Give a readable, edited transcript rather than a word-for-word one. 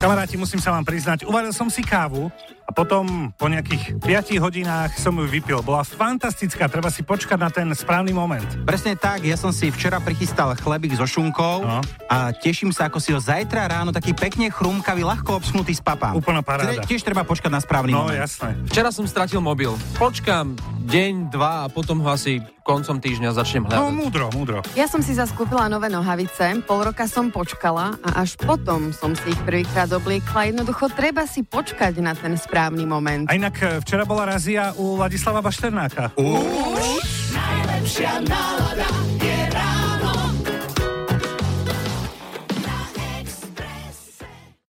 Kamaráti, musím sa vám priznať, uvaril som si kávu a potom po nejakých 5 hodinách som ju vypil. Bola fantastická, treba si počkať na ten správny moment. Presne tak, ja som si včera prichystal chlebík so šunkou a teším sa, ako si ho zajtra ráno taký pekne chrumkavý, ľahko obschnutý spapám. Úplná paráda. Tiež treba počkať na správny moment. No jasné. Včera som stratil mobil. Počkám deň, 2 a potom ho asi koncom týždňa začnem hľadať. No múdro. Ja som si zaskúpila nové nohavice, pol roka som počkala a až potom som si ich prvýkrát obliekla. Jednoducho treba si počkať na ten správny moment. A inak včera bola razia u Ladislava Bašternáka. Najlepšia nálada.